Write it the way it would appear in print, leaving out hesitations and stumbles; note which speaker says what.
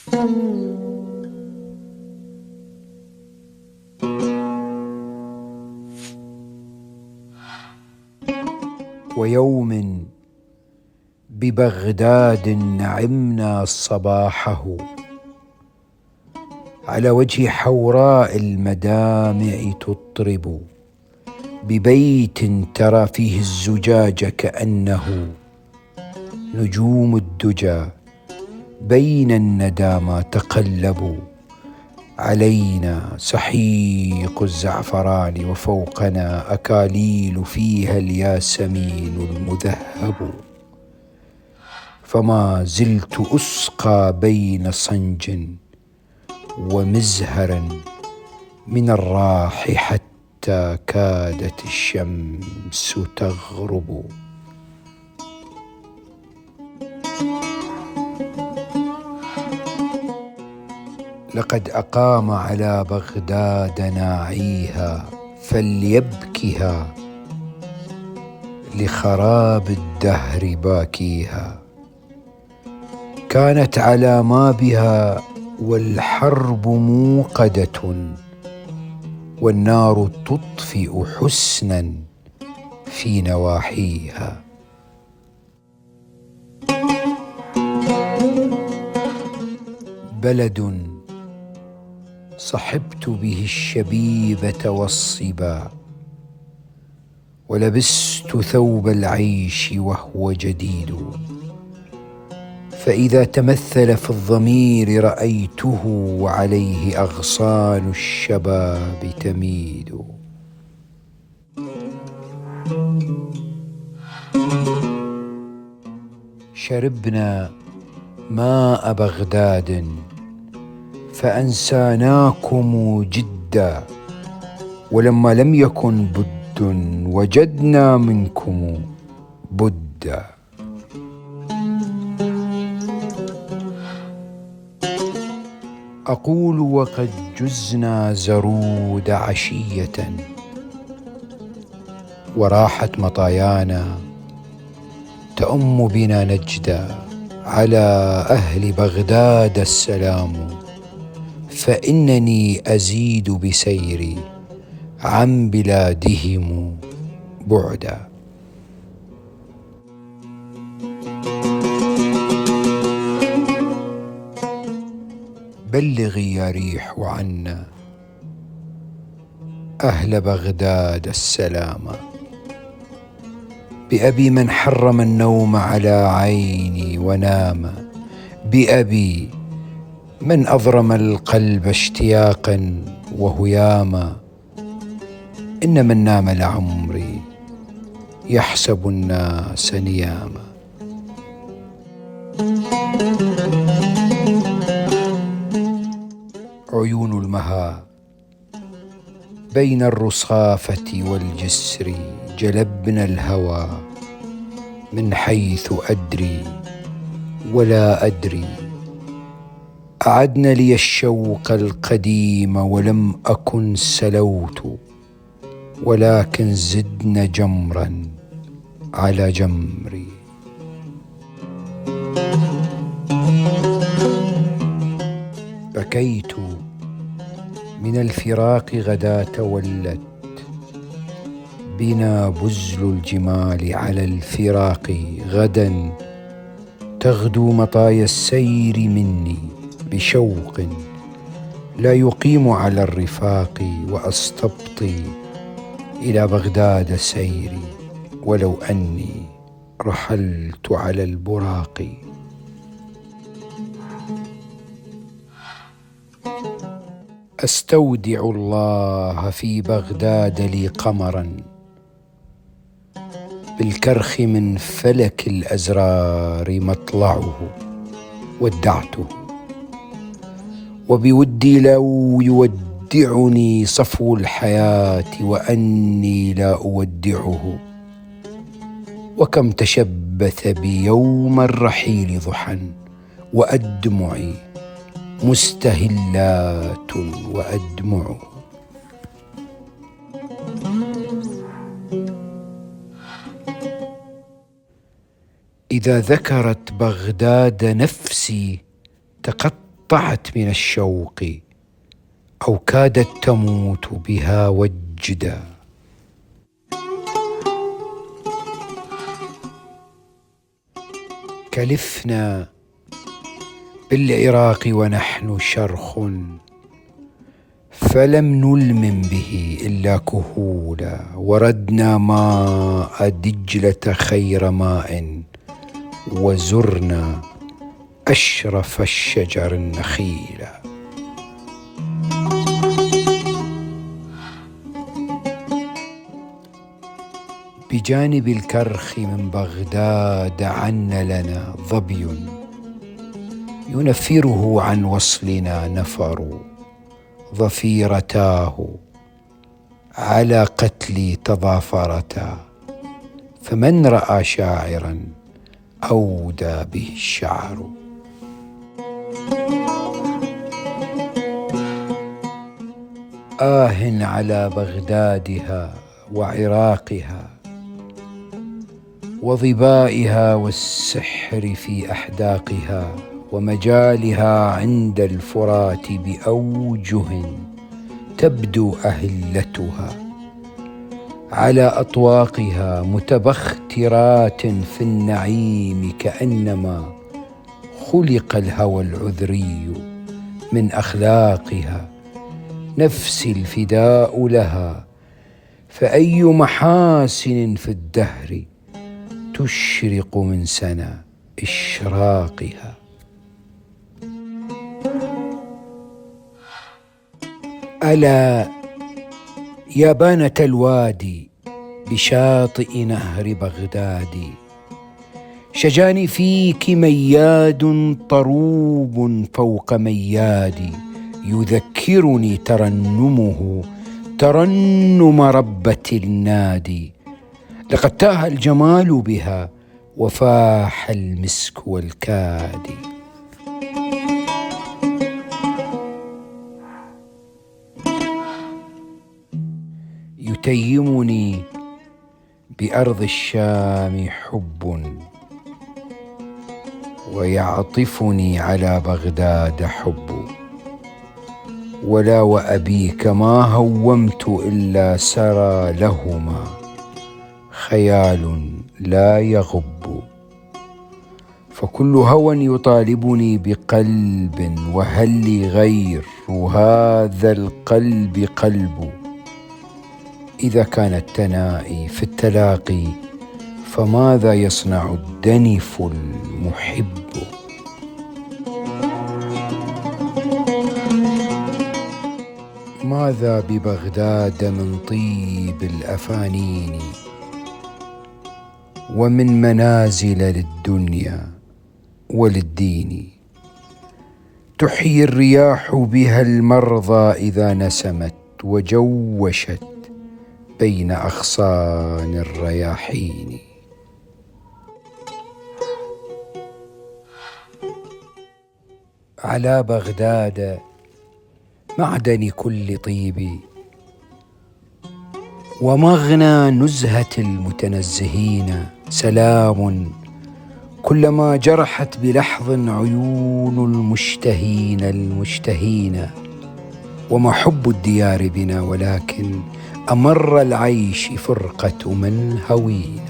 Speaker 1: ويوم ببغداد نعمنا صباحه، على وجه حوراء المدامع تطرب، ببيت ترى فيه الزجاج كأنه نجوم الدجى بين الندامى تقلبوا. علينا سحيق الزعفران وفوقنا أكاليل فيها الياسمين المذهب، فما زلت أسقى بين صنج ومزهر من الراح حتى كادت الشمس تغرب. لقد أقام على بغداد ناعيها فليبكها، لخراب الدهر باكيها. كانت على ما بها والحرب موقدة، والنار تطفئ حسنا في نواحيها. بلد صحبت به الشبيبة والصبا، ولبست ثوب العيش وهو جديد، فإذا تمثل في الضمير رأيته وعليه أغصان الشباب تميد. شربنا ماء بغداد فأنساناكم جدا، ولما لم يكن بد وجدنا منكم بدا. أقول وقد جزنا زرود عشية، وراحت مطايانا تأم بنا نجدا. على أهل بغداد السلام، فإنني أزيد بسيري عن بلادهم بعدا. بلغي يا ريح عنا أهل بغداد السلام، بأبي من حرم النوم على عيني ونام، بأبي من أضرم القلب اشتياقا وهياما. إن من نام لعمري يحسب الناس نياما. عيون المها بين الرصافة والجسر جلبن الهوى من حيث أدري ولا أدري. أعدن لي الشوق القديم ولم أكن سلوت، ولكن زدن جمرا على جمري. بكيت من الفراق غداة ولت بنا بزل الجمال على الفراق. غدا تغدو مطايا السير مني بشوق لا يقيم على الرفاق، وأستبطي إلى بغداد سيري ولو أني رحلت على البراق. أستودع الله في بغداد لي قمرا، بالكرخ من فلك الأزرار مطلعه. ودعته وبودي لو يودعني صفو الحياة، وأني لا أودعه. وكم تشبث بيوم الرحيل ضحى، وأدمعي مستهلات وأدمع. إذا ذكرت بغداد نفسي تقطعت تقطعت من الشوق أو كادت تموت بها وجدا. كلفنا بالعراق ونحن شرخ، فلم نلمم به إلا كهولا، وردنا ماء دجلة خير ماء، وزرنا أشرف الشجر النخيل. بجانب الكرخ من بغداد عن لنا ظبي، ينفره عن وصلنا نفر، ظفيرتاه على قتلي تضافرتا، فمن رأى شاعرا أودى به الشعر. آه على بغدادها وعراقها وظبائها والسحر في أحداقها، ومجالها عند الفرات بأوجه تبدو أهلتها، على أطواقها متبخترات في النعيم، كأنما خلق الهوى العذري من أخلاقها. نفسي الفداء لها، فأي محاسن في الدهر تشرق من سنا إشراقها. ألا يا بانة الوادي بشاطئ نهر بغداد، شجاني فيك مياد طروب فوق ميادي، يذكرني ترنمه ترنم ربة النادي. لقد تاه الجمال بها وفاح المسك والكادي. يتيمني بأرض الشام حب، ويعطفني على بغداد حب، ولا وأبيك ما هومت إلا سرى لهما خيال لا يغب. فكل هوى يطالبني بقلب، وهل لي غير هذا القلب قلب؟ إذا كان التنائي في التلاقي، فماذا يصنع الدنف المحب؟ ماذا ببغداد من طيب الأفانين، ومن منازل للدنيا وللدين. تحيي الرياح بها المرضى إذا نسمت، وجوشت بين أغصان الرياحين. على بغداد معدن كل طيب، ومغنى نزهة المتنزهين، سلام كلما جرحت بلحظ عيون المشتهين المشتهين. وما حب الديار بنا، ولكن أمر العيش فرقة من هوينا.